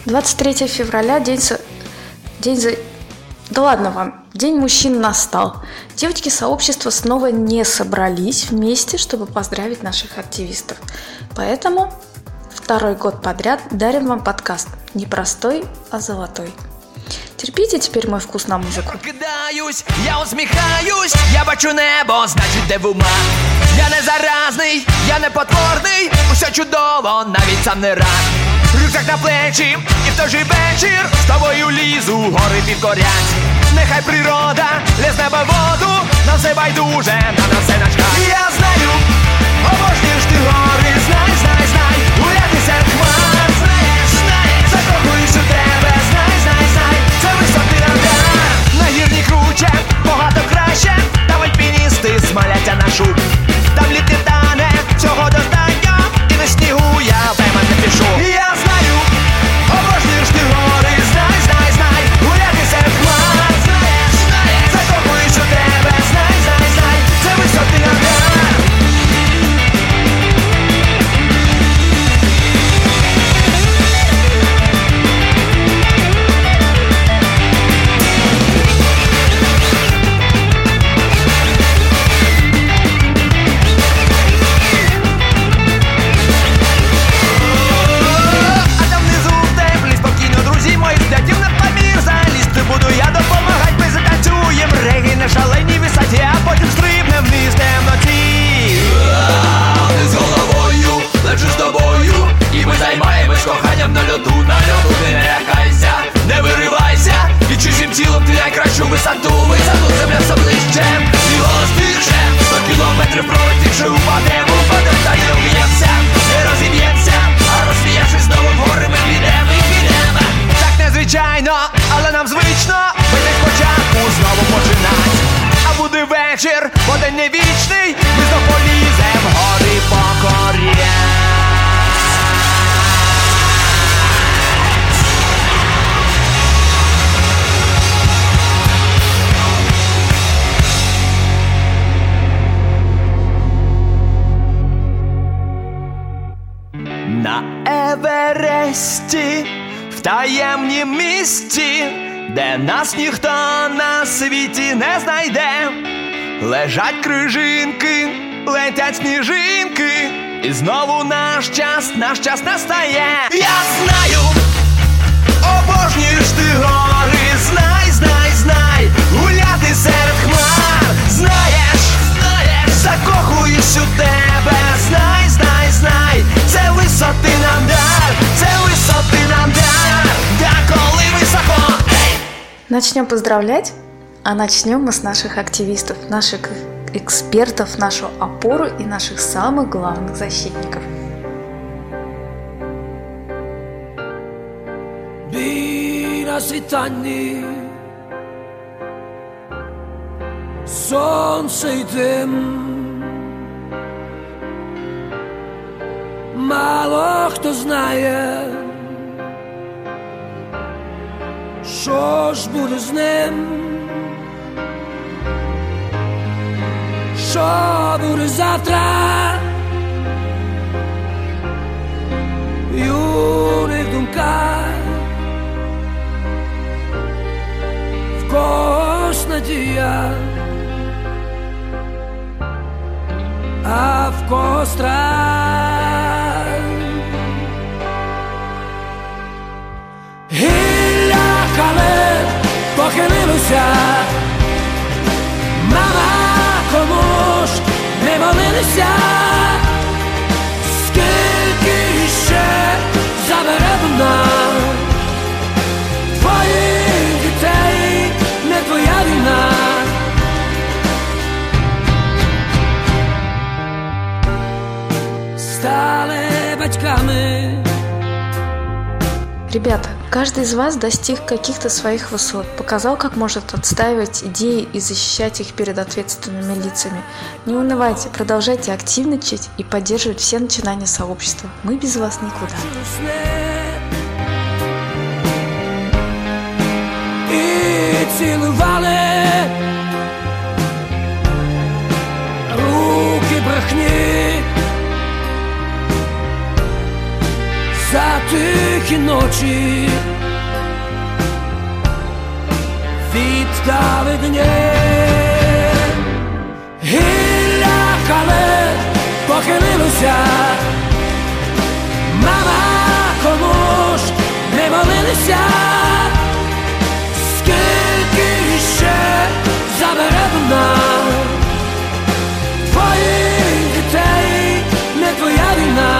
23 февраля, Да ладно вам, День мужчин настал. Девочки сообщества снова не собрались вместе, чтобы поздравить наших активистов. Поэтому второй год подряд дарим вам подкаст. Не простой, а золотой. Терпите теперь мой вкус на музыку. Я прокидаюсь, я усміхаюсь, я бачу небо, значить де в ума. Я не заразний, я не потворний, усе чудово, навіть сам не рад. Рюкзак на плечі, і в той же вечір з тобою лізу, гори підкорять. Нехай природа лє в воду, нам все байдуже, нам на все начхать. Я знаю, обожнюєш ти гори, знай, знай, знай, гуляти серед хмар. Знаєш, знаєш, закохуюсь у тебе, знай, знай, знай, це висоти нам дар. На гірні круче, багато краще, там альпіністи смаляться на шуб. Там лід не тане, цього достатньо, і на снігу я в тебе не пішу. Я знаю, обожнюєш ти гори, знай, знай, знай, гуляти серед хмар. Знаєш, знаєш, закохуюсь у тебе, знай, знай, знай, це висоти нам дар. Буду я допомагать, ми затанцюєм регі на шаленій висоті, а потім стрибнем вниз в темноті. Не з головою, лечу з тобою, і ми займаємось коханням на льоду, ти не лякайся, не виривайся, відчуй всім тілом ти найкращу висоту, земля все ближче, і голос тихше, 100 кілометрів пролетівши, упадемо, та не уб'ємося, не розіб'ємося, а розсміявшись знову в гори ми підемо і підемо. Так незвичайно, але нам звично, ми не спочатку знову починать. А буде вечір, бо день не вічний, ми знов полізем гори покорять. На Евересті, в таємнім місті, де нас ніхто на світі не знайде, лежать крижинки, летять сніжинки, і знову наш час настає. Я знаю, обожнюєш ти гори, знай, знай, знай, гуляти серед хмар. Знаєш, знаєш, закохуюсь у тебе, знай, знай, знай, це висоти нам дар, це висоти нам дар, да коли високо. Начнем поздравлять, а начнем мы с наших активистов, наших экспертов, нашу опору и наших самых главных защитников. Бій на світанні, сонце й дим, мало хто знає, що ж буде з ним, що буде завтра. Юних думках, в когось надія, а в когось страх. Гілля калин похилилося, мама, кому ж не молилися, скільки ще забере вона твоїх дітей, не твоя війна. Стали батьками. Ребята, каждый из вас достиг каких-то своих высот, показал, как может отстаивать идеи и защищать их перед ответственными лицами. Не унывайте, продолжайте активничать и поддерживать все начинания сообщества. Мы без вас никуда. І цілували руки брехні, за тихі ночі віддали дні. Гілля калин похилилося, мама, кому ж не молилися, скільки ще забере вона твоїх дітей, не твоя війна.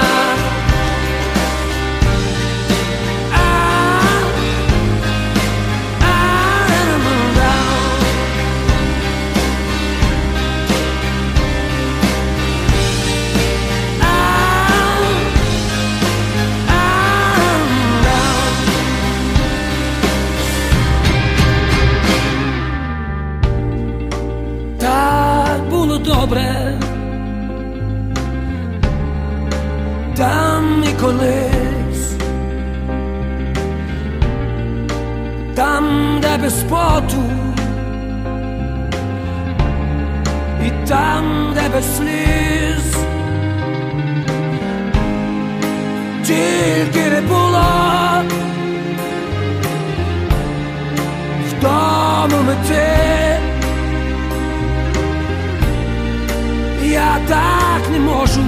Добре, там і колись, там, де без поту, і там, де без сліз, тільки не було в тому мети. Я так не можу,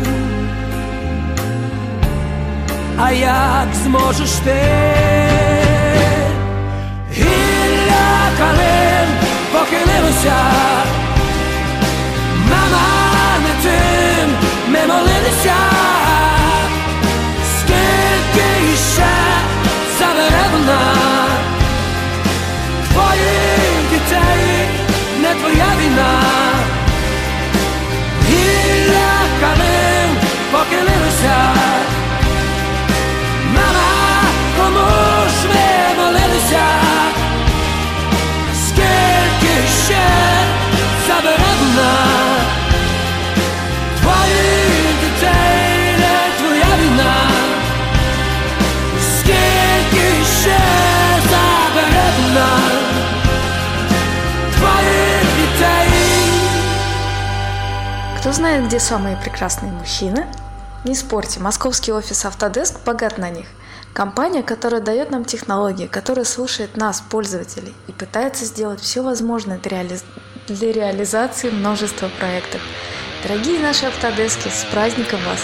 а як зможеш ти? Гілля калин похилилося, мама, не тим ми молилися, скільки іще забере вона твоїх дітей, не твоя війна. Гілля калин похилилося, мама, кому ж ми молилися, скільки ще забере вона твоїх дітей, не твоя війна, скільки ще забере вона твоїх дітей. Кто знает, где самые прекрасные мужчины? Не спорьте, московский офис Autodesk богат на них. Компания, которая дает нам технологии, которая слушает нас, пользователей, и пытается сделать все возможное для реализации множества проектов. Дорогие наши Autodesk, с праздником вас!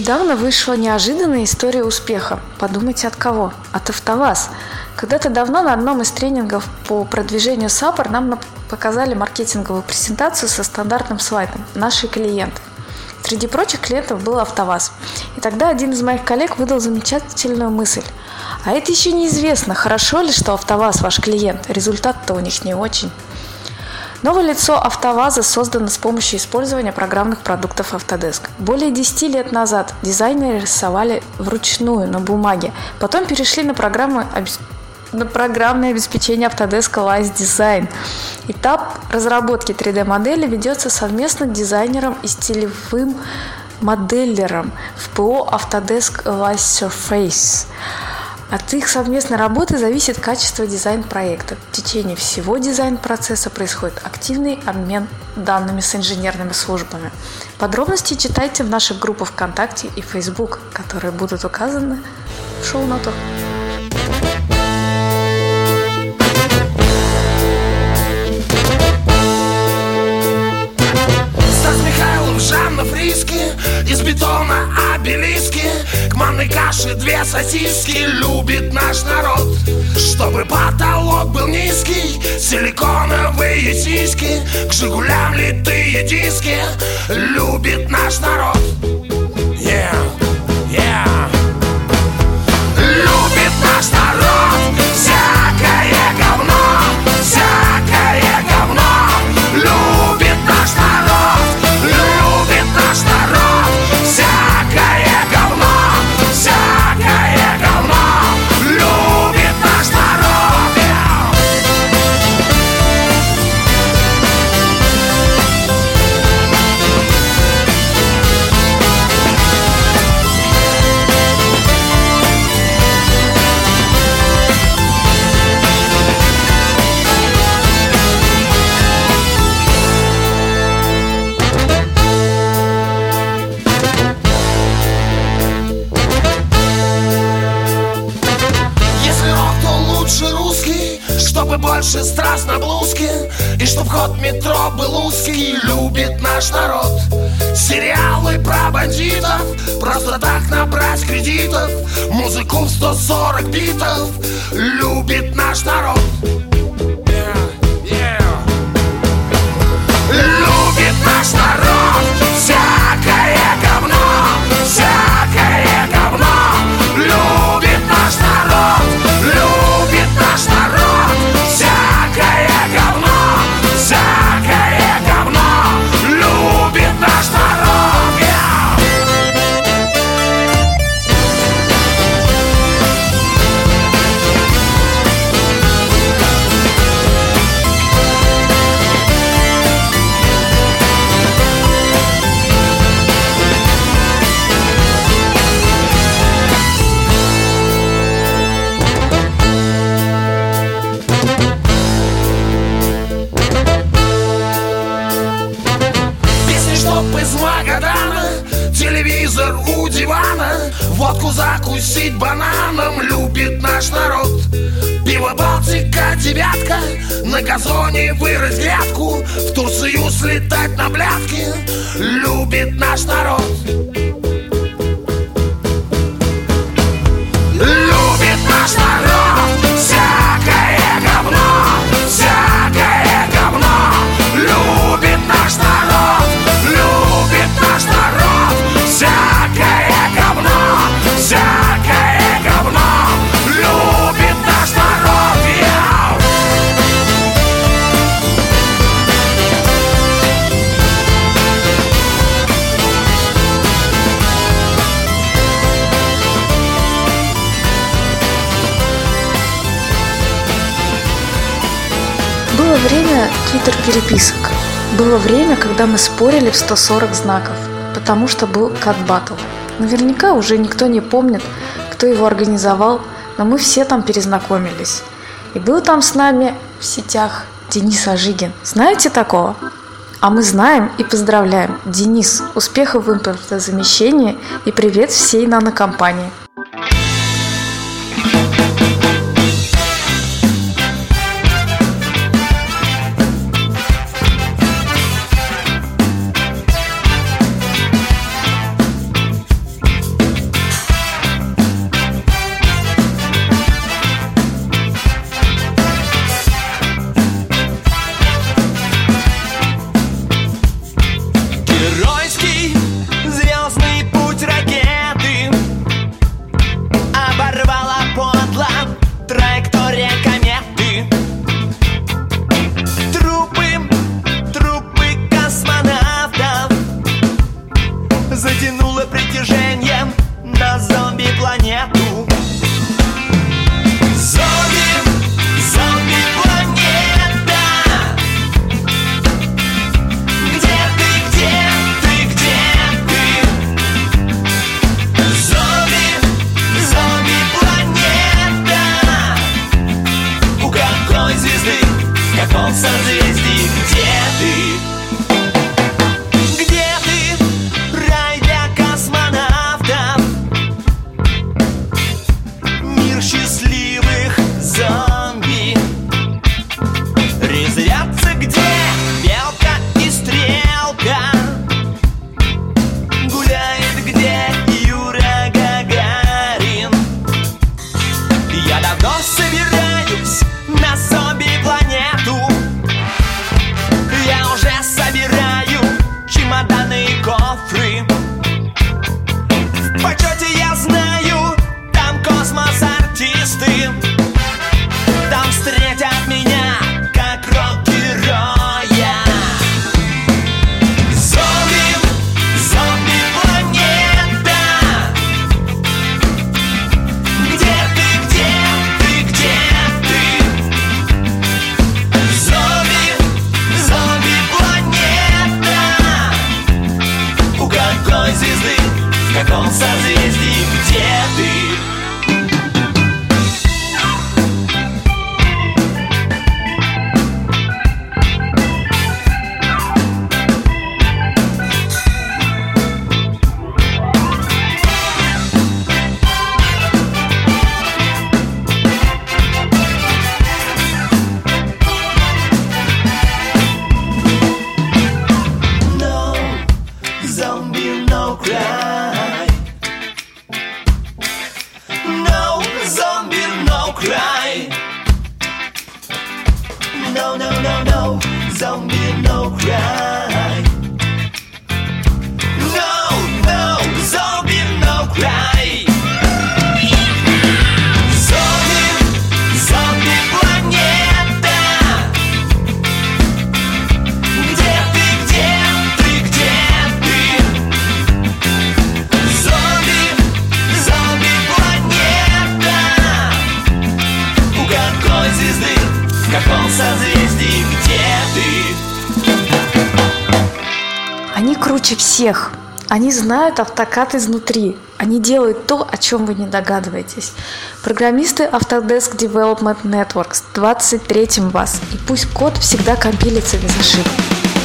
Недавно вышла неожиданная история успеха. Подумайте, от кого? От АвтоВАЗ. Когда-то давно на одном из тренингов по продвижению САПОР нам показали маркетинговую презентацию со стандартным слайдом «Наши клиенты». Среди прочих клиентов был АвтоВАЗ. И тогда один из моих коллег выдал замечательную мысль. А это еще неизвестно, хорошо ли, что АвтоВАЗ ваш клиент. Результат-то у них не очень. Новое лицо АвтоВАЗа создано с помощью использования программных продуктов Autodesk. Более 10 лет назад дизайнеры рисовали вручную на бумаге, потом перешли на программное обеспечение Autodesk Wise Design. Этап разработки 3D-модели ведется совместно дизайнером и стилевым моделлером в ПО Autodesk Wise Surface. От их совместной работы зависит качество дизайн-проекта. В течение всего дизайн-процесса происходит активный обмен данными с инженерными службами. Подробности читайте в наших группах ВКонтакте и Facebook, которые будут указаны в шоу-нотах. Жанна Фриски, из бетона обелиски, к манной каше 2 сосиски. Любит наш народ, чтобы потолок был низкий, силиконовые сиськи, к Жигулям литые диски. Любит наш народ, yeah, yeah. Любит наш народ, всякое говно, всякое говно. Любит наш народ, любит наш народ, всякое говно, всякое говно. Любит наш народ, yeah. Чтобы больше страз на блузке, и чтоб вход в метро был узкий. Любит наш народ сериалы про бандитов, просто так набрать кредитов, музыку в 140 битов. Любит наш народ, yeah, yeah. Любит наш народ, всякое говно, всякое говно. Любит наш народ, любит наш народ, всякое говно, всякое говно. Любит наш народ, yeah. Из Магадана, телевизор у дивана, водку закусить бананом. Любит наш народ пиво Балтика 9, на газоне вырыть грядку, в Турцию слетать на блядки. Любит наш народ, любит наш народ, всякое говно, всякое говно. Любит наш народ, любит наш народ, всякое говно, всякое говно. Любит наш народ, yeah. Было время твиттер-переписок. Было время, когда мы спорили в 140 знаков, потому что был кат-баттл. Наверняка уже никто не помнит, кто его организовал, но мы все там перезнакомились. И был там с нами в сетях Денис Ажигин. Знаете такого? А мы знаем и поздравляем. Денис, успехов в импортозамещении и привет всей нанокомпании. no cry. No, no, zombie, no cry. Зомби планета. Где ты? Зомби планета. У какой звезды, в каком созвездии, где ты? Они круче всех. Они знают автокад изнутри. Они делают то, о чем вы не догадываетесь. Программисты Autodesk Development Network с 23-м вас. И пусть код всегда компилится без ошибок.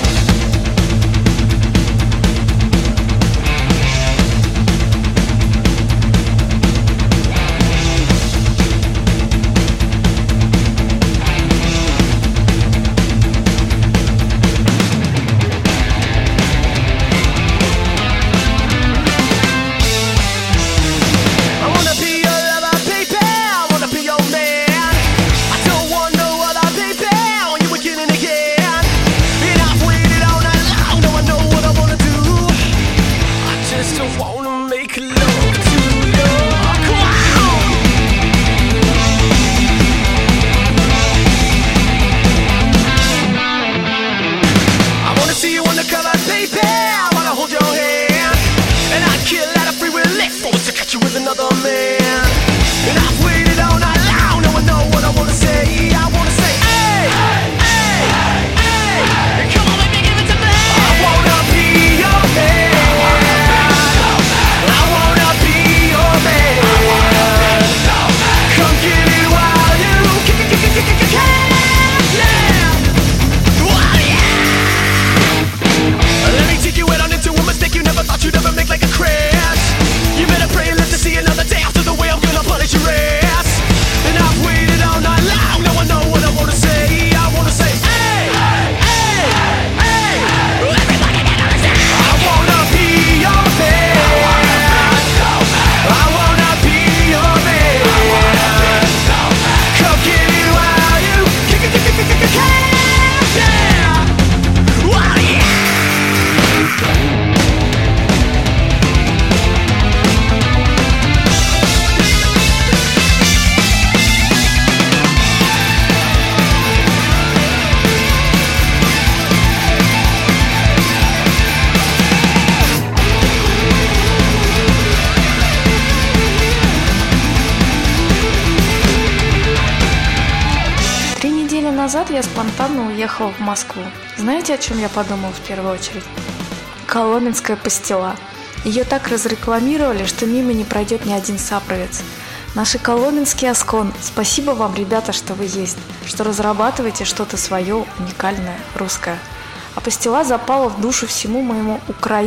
Назад я спонтанно уехала в Москву. Знаете, о чем я подумала в первую очередь? Коломенская пастила. Ее так разрекламировали, что мимо не пройдет ни один сапровец. Наши коломенский Аскон, спасибо вам, ребята, что вы есть, что разрабатываете что-то свое, уникальное, русское. А пастила запала в душу всему моему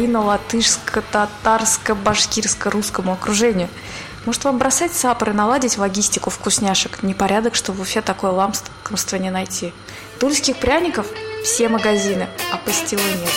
украино-латышско-татарско-башкирско-русскому окружению. Может, вам бросать сапры, наладить логистику вкусняшек? Непорядок, что в Уфе такое лакомство не найти. Тульских пряников – все магазины, а пастилы нет.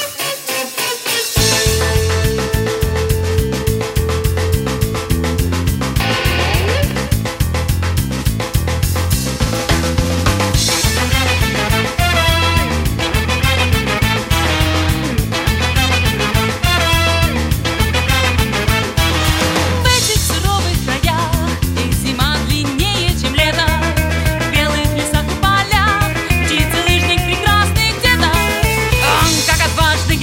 Отважный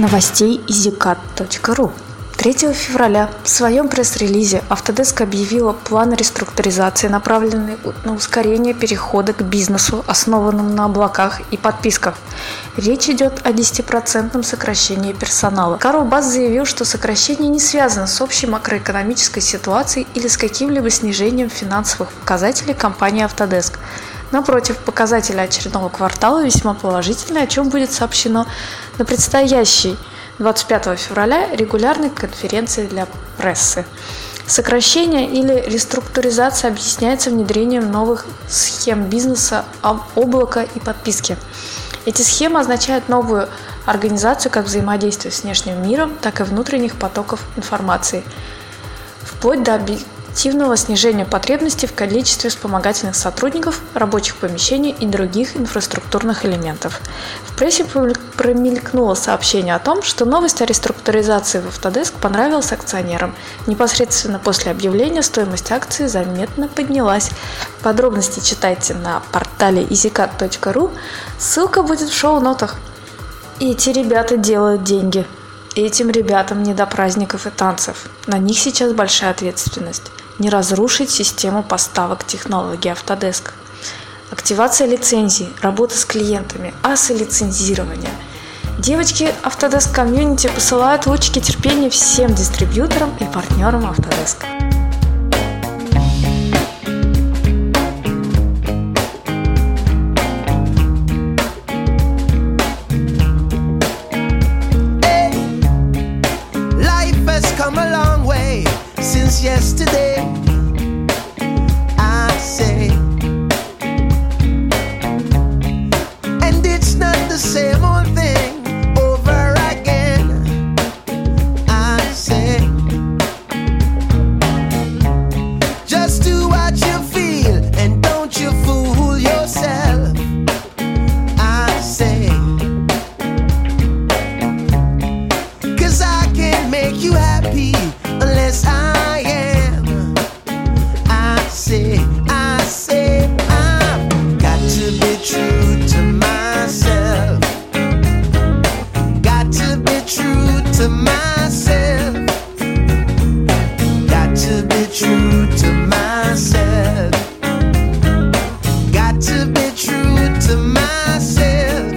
новостей easycat.ru. 3 февраля в своем пресс-релизе Autodesk объявила план реструктуризации, направленный на ускорение перехода к бизнесу, основанному на облаках и подписках. Речь идет о 10% сокращении персонала. Карл Басс заявил, что сокращение не связано с общей макроэкономической ситуацией или с каким-либо снижением финансовых показателей компании Autodesk. Напротив, показатели очередного квартала весьма положительные, о чем будет сообщено на предстоящей 25 февраля регулярной конференции для прессы. Сокращение или реструктуризация объясняется внедрением новых схем бизнеса, облака и подписки. Эти схемы означают новую организацию как взаимодействия с внешним миром, так и внутренних потоков информации, вплоть до объективного снижения потребностей в количестве вспомогательных сотрудников, рабочих помещений и других инфраструктурных элементов. В прессе промелькнуло сообщение о том, что новость о реструктуризации в Autodesk понравилась акционерам. Непосредственно после объявления стоимость акций заметно поднялась. Подробности читайте на портале easycat.ru, ссылка будет в шоу-нотах. Эти ребята делают деньги. Этим ребятам не до праздников и танцев. На них сейчас большая ответственность. Не разрушить систему поставок технологий Autodesk. Активация лицензий, работа с клиентами, асы лицензирования. Девочки Autodesk комьюнити посылают лучики терпения всем дистрибьюторам и партнерам Autodesk. Yesterday, I say, and it's not the same old thing over again. I say, just do what you feel and don't you fool yourself. I say, 'cause I can't make you happy unless I I've got to be true to myself. Got to be true to myself. Got to be true to myself. Got to be true to myself.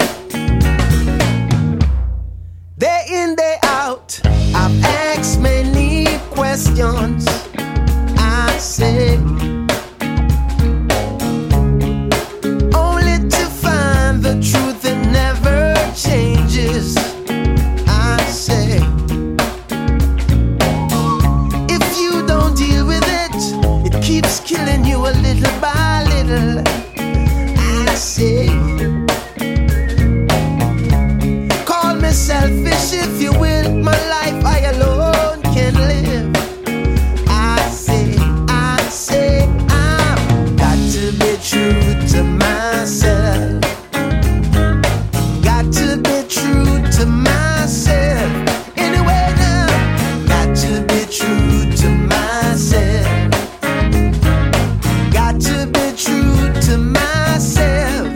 Day in, day out, I've asked many questions. I say, killing you a little by little. I say, call me selfish if you will. My life I alone can live. I say, I've got to be true to myself. Got to be true to myself. Anyway now, got to be true to myself. To be true to myself.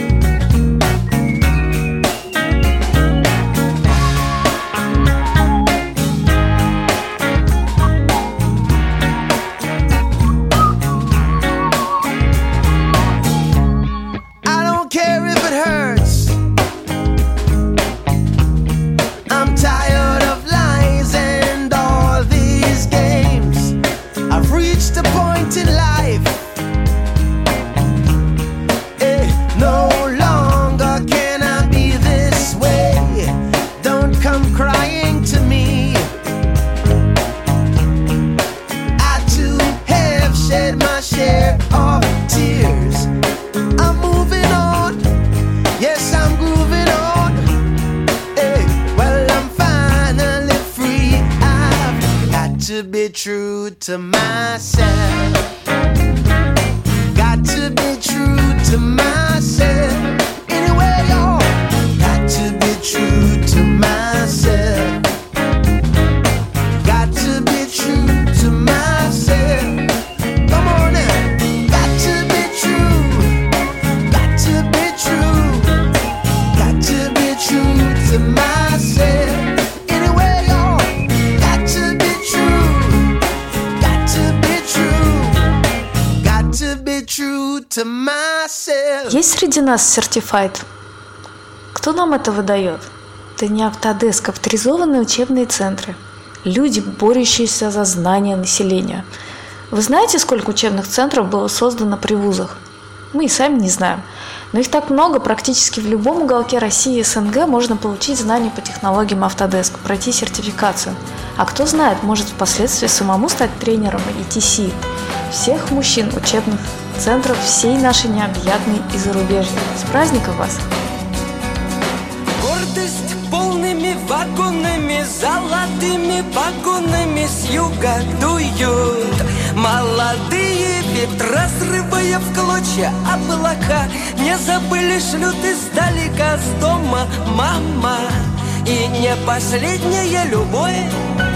I don't care if it hurts. I'm tired of lies and all these games. I've reached a point in life. No longer can I be this way. Don't come crying to me. I too have shed my share of tears. I'm moving on. Yes, I'm grooving on. Hey, well, I'm finally free. I've got to be true to myself. Got to be true to myself. Anyway, y'all, got to be true to myself. Got to be true to myself. Come on now. Got to be true. Got to be true. Got to be true to myself. to myself. Есть среди нас Certified? Кто нам это выдает? Это не Autodesk, а авторизованные учебные центры. Люди, борющиеся за знания населения. Вы знаете, сколько учебных центров было создано при вузах? Мы и сами не знаем. Но их так много, практически в любом уголке России и СНГ можно получить знания по технологиям Autodesk, пройти сертификацию. А кто знает, может впоследствии самому стать тренером ETC. Всех мужчин учебных центров всей нашей необъятной и зарубежья. С праздником вас! Гордость полными вагонами, золотыми погонами с юга дуют молодые ветра, срывая в клочья облака. Не забыли, шлют издалека с дома мама. И не последняя любовь,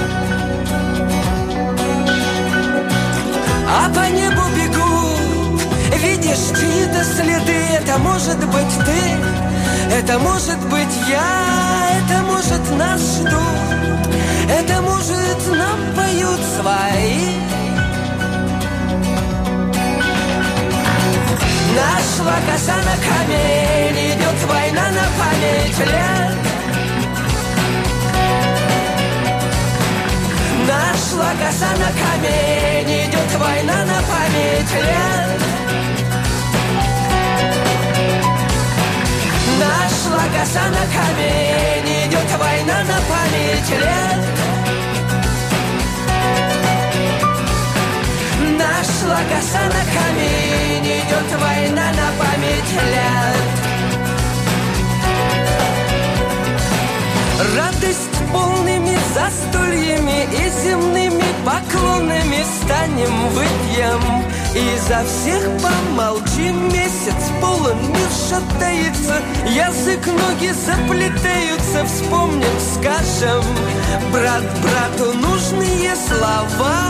а по небу бегут, видишь чьи-то следы. Это может быть ты, это может быть я, это может нас ждут, это может нам поют свои. Нашла коса на камень, идет война на память лет. Нашла коса на камень, идет война на память лет. Нашла коса на камень, идет война на память лет. Нашла коса на камень, идет война на память лет. Радость полными застольями и земными поклонами станем выпьем. И за всех помолчим, месяц полон, мир шатается, язык, ноги заплетаются, вспомним, скажем брат брату нужные слова.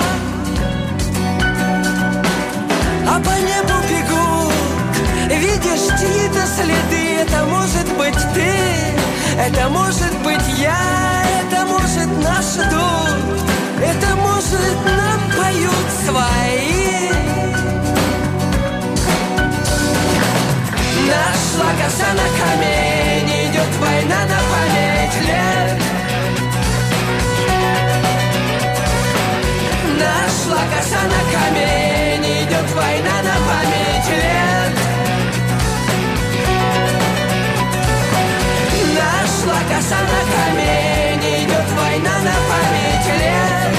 А по небу бегут, видишь чьи-то следы. Это может быть ты, это может быть я, это может нас ждут, это может нам поют свои. Нашла коса на камень, идет война на память лет. Нашла коса на камень, идет война на память лет. Нашла коса на камень, идет война на память лет.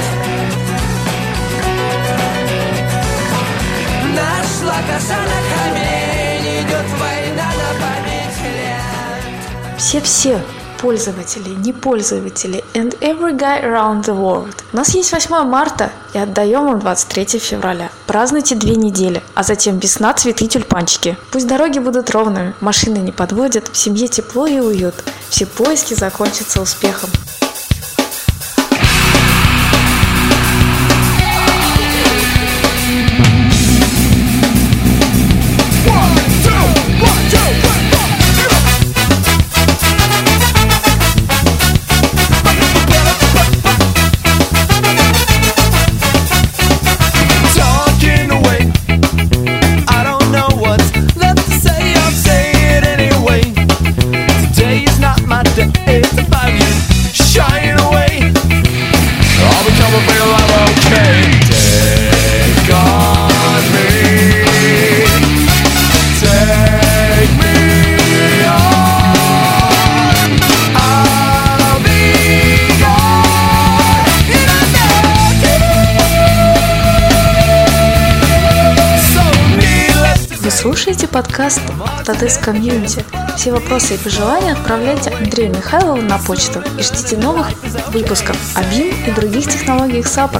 Нашла коса на камень, идет война на память лет. Все пользователи, не пользователи and every guy around the world. У нас есть 8 марта и отдаем вам 23 февраля. Празднуйте 2 недели, а затем весна, цветы, тюльпанчики. Пусть дороги будут ровными, машины не подводят, в семье тепло и уют. Все поиски закончатся успехом. Слушайте подкаст Autodesk Community. Все вопросы и пожелания отправляйте Андрею Михайлову на почту и ждите новых выпусков о BIM и других технологиях SAP.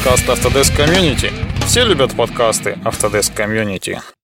подкаст Autodesk Community. Все любят подкасты Autodesk Community.